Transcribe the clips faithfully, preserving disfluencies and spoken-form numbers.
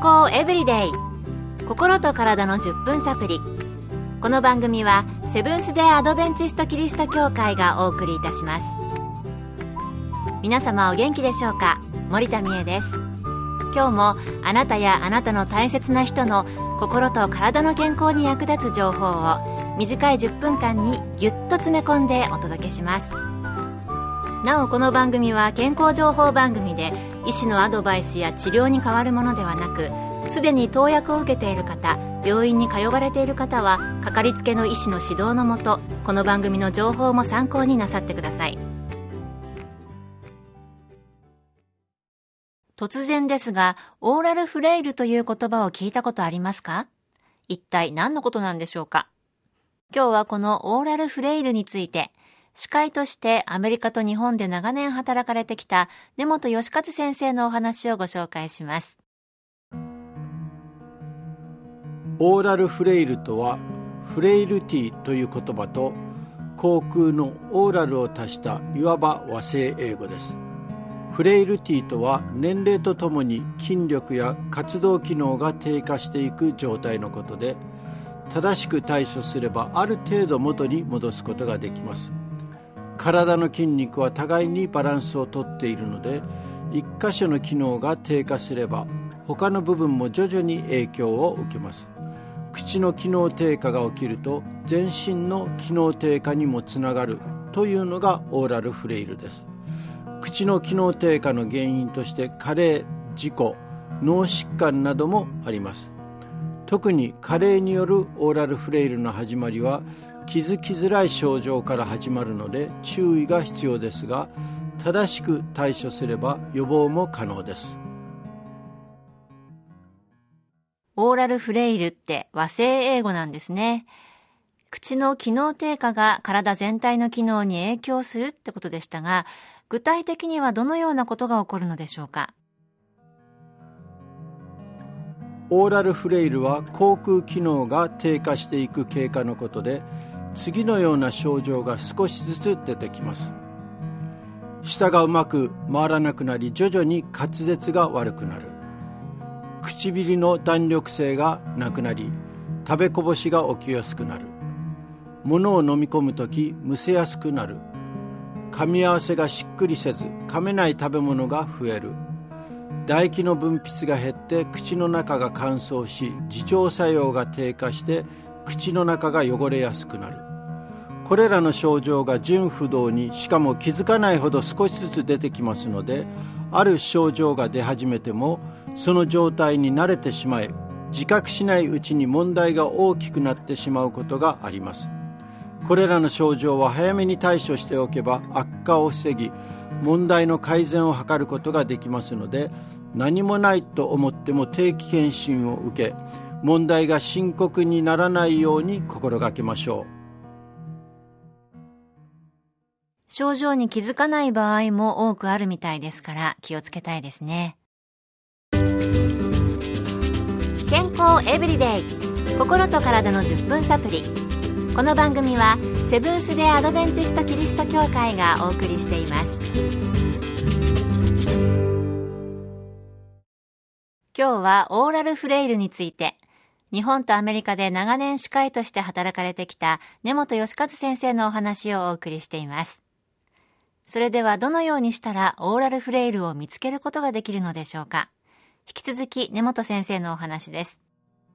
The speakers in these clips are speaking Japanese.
康エブリデイ、心と体のじゅっぷんサプリ。この番組はセブンス・デー・アドベンチスト・キリスト教会がお送りいたします。皆様お元気でしょうか。森田美恵です。今日もあなたやあなたの大切な人の心と体の健康に役立つ情報を短いじゅっぷんかんにぎゅっと詰め込んでお届けします。なおこの番組は健康情報番組で、医師のアドバイスや治療に代わるものではなく、すでに投薬を受けている方、病院に通われている方はかかりつけの医師の指導のもと、この番組の情報も参考になさってください。突然ですが、オーラルフレイルという言葉を聞いたことありますか？一体何のことなんでしょうか？今日はこのオーラルフレイルについて、歯科医としてアメリカと日本で長年働かれてきた根本義和先生のお話をご紹介します。 オーラルフレイルとは、フレイルティという言葉と口腔のオーラルを足したいわば和製英語です。フレイルティとは年齢とともに筋力や活動機能が低下していく状態のことで、正しく対処すればある程度元に戻すことができます。体の筋肉は互いにバランスをとっているので、一箇所の機能が低下すれば他の部分も徐々に影響を受けます。口の機能低下が起きると全身の機能低下にもつながるというのがオーラルフレイルです。口の機能低下の原因として加齢、事故、脳疾患などもあります。特に加齢によるオーラルフレイルの始まりは気づきづらい症状から始まるので注意が必要ですが、正しく対処すれば予防も可能です。 オーラルフレイルって和製英語なんですね。口の機能低下が体全体の機能に影響するってことでしたが、具体的にはどのようなことが起こるのでしょうか？ オーラルフレイルは口腔機能が低下していく経過のことで、次のような症状が少しずつ出てきます。舌がうまく回らなくなり、徐々に滑舌が悪くなる。唇の弾力性がなくなり、食べこぼしが起きやすくなる。物を飲み込むときむせやすくなる。噛み合わせがしっくりせず、噛めない食べ物が増える。唾液の分泌が減って口の中が乾燥し、自浄作用が低下して口の中が汚れやすくなる。これらの症状が順不動に、しかも気づかないほど少しずつ出てきますので、ある症状が出始めてもその状態に慣れてしまい、自覚しないうちに問題が大きくなってしまうことがあります。これらの症状は早めに対処しておけば悪化を防ぎ、問題の改善を図ることができますので、何もないと思っても定期検診を受け、問題が深刻にならないように心がけましょう。 症状に気づかない場合も多くあるみたいですから、気をつけたいですね。健康エブリデイ、心と体のじゅっぷんサプリ。この番組はセブンス・デー・アドベンチスト・キリスト教会がお送りしています。今日はオーラルフレイルについて、日本とアメリカで長年歯科医として働かれてきた根本義和先生のお話をお送りしています。それではどのようにしたらオーラルフレイルを見つけることができるのでしょうか。引き続き根本先生のお話です。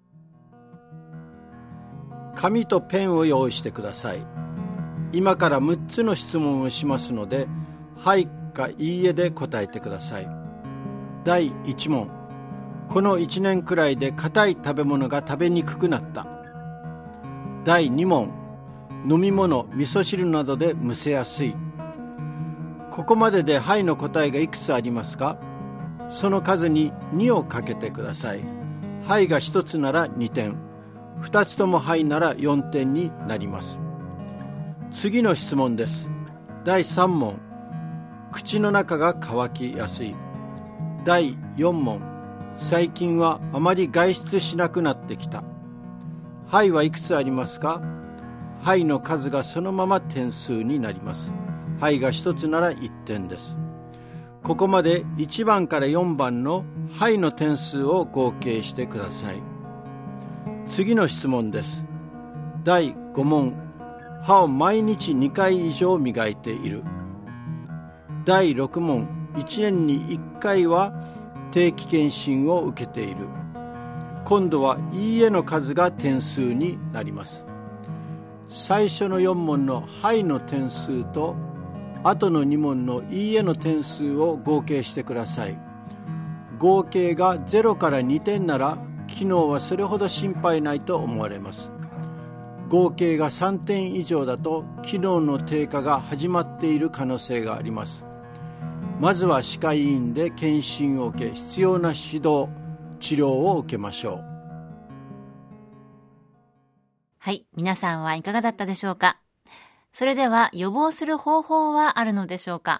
紙とペンを用意してください。今からむっつの質問をしますので、はいかいいえで答えてください。だいいち問、このいちねんくらいで硬い食べ物が食べにくくなった。だいに問、飲み物、味噌汁などでむせやすい。ここまでではいの答えがいくつありますか？その数ににをかけてください。はいがひとつならにてん、ふたつともはいならよんてんになります。次の質問です。だいさん問、口の中が乾きやすい。だいよん問、最近はあまり外出しなくなってきた。はいはいくつありますか？はいの数がそのまま点数になります。はいがひとつならいってんです。 ここまでいちばんからよんばんのはいの点数を合計してください。次の質問です。だいご問、歯を毎日にかい以上磨いている。だいろく問、いちねんにいっかいは定期検診を受けている。今度はいいえの数が点数になります。最初のよん問のはいの点数と後のに問のいいえの点数を合計してください。合計がゼロからにてんなら機能はそれほど心配ないと思われます。合計がさんてん以上だと機能の低下が始まっている可能性があります。まずは歯科医院で検診を受け、必要な指導、治療を受けましょう。 はい、皆さんはいかがだったでしょうか。それでは予防する方法はあるのでしょうか。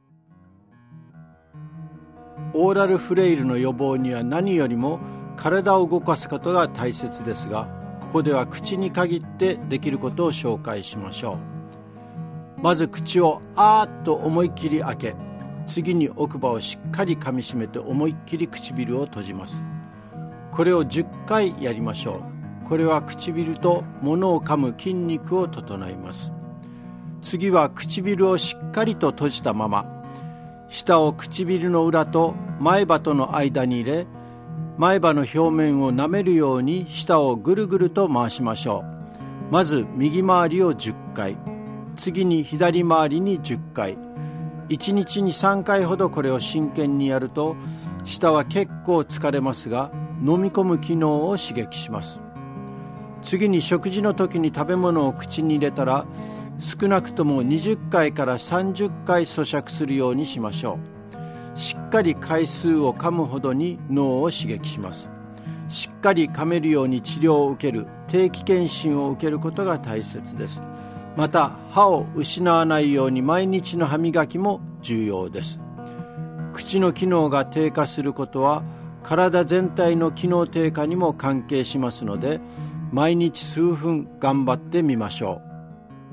オーラルフレイルの予防には何よりも体を動かすことが大切ですが、ここでは口に限ってできることを紹介しましょう。まず口をあーっと思いっきり開け、次に奥歯をしっかり噛みしめて思いっきり唇を閉じます。これをじゅっかいやりましょう。これは唇と物を噛む筋肉を整えます。次は唇をしっかりと閉じたまま、舌を唇の裏と前歯との間に入れ、前歯の表面を舐めるように舌をぐるぐると回しましょう。まず右回りをじゅっかい、次に左回りにじゅっかい、いちにちにさんかいほどこれを真剣にやると、舌は結構疲れますが飲み込む機能を刺激します。次に食事の時に食べ物を口に入れたら、少なくともにじゅっかいからさんじゅっかい咀嚼するようにしましょう。しっかり回数を噛むほどに脳を刺激します。しっかり噛めるように治療を受ける、定期検診を受けることが大切です。また歯を失わないように毎日の歯磨きも重要です。口の機能が低下することは体全体の機能低下にも関係しますので、毎日数分頑張ってみましょう。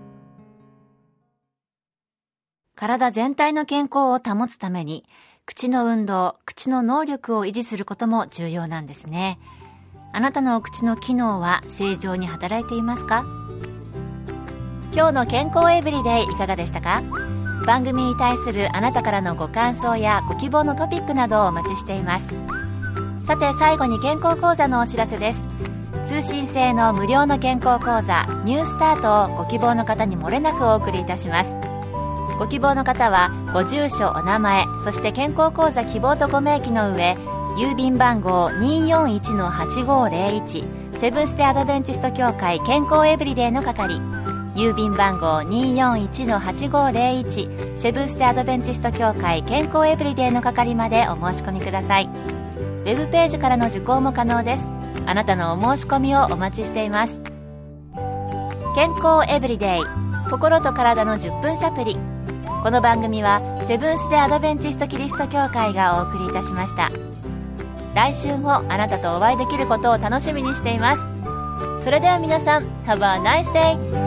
体全体の健康を保つために、口の運動、口の能力を維持することも重要なんですね。あなたのお口の機能は正常に働いていますか？今日の健康エブリデイいかがでしたか？番組に対するあなたからのご感想やご希望のトピックなどをお待ちしています。さて最後に健康講座のお知らせです。通信制の無料の健康講座ニュースタートをご希望の方に漏れなくお送りいたします。ご希望の方はご住所、お名前、そして健康講座希望とご明記の上、郵便番号 にーよんいちのはちごーぜろいち セブンステアドベンチスト協会健康エブリデイの係、郵便番号 にーよんいちのはちごーぜろいち セブンステアドベンチスト協会健康エブリデイの係までお申し込みください。ウェブページからの受講も可能です。あなたのお申し込みをお待ちしています。健康エブリデイ、心と体のじゅっぷんサプリ。この番組はセブンス・デ・アドベンチスト・キリスト教会がお送りいたしました。来週もあなたとお会いできることを楽しみにしています。それでは皆さん、Have a nice day!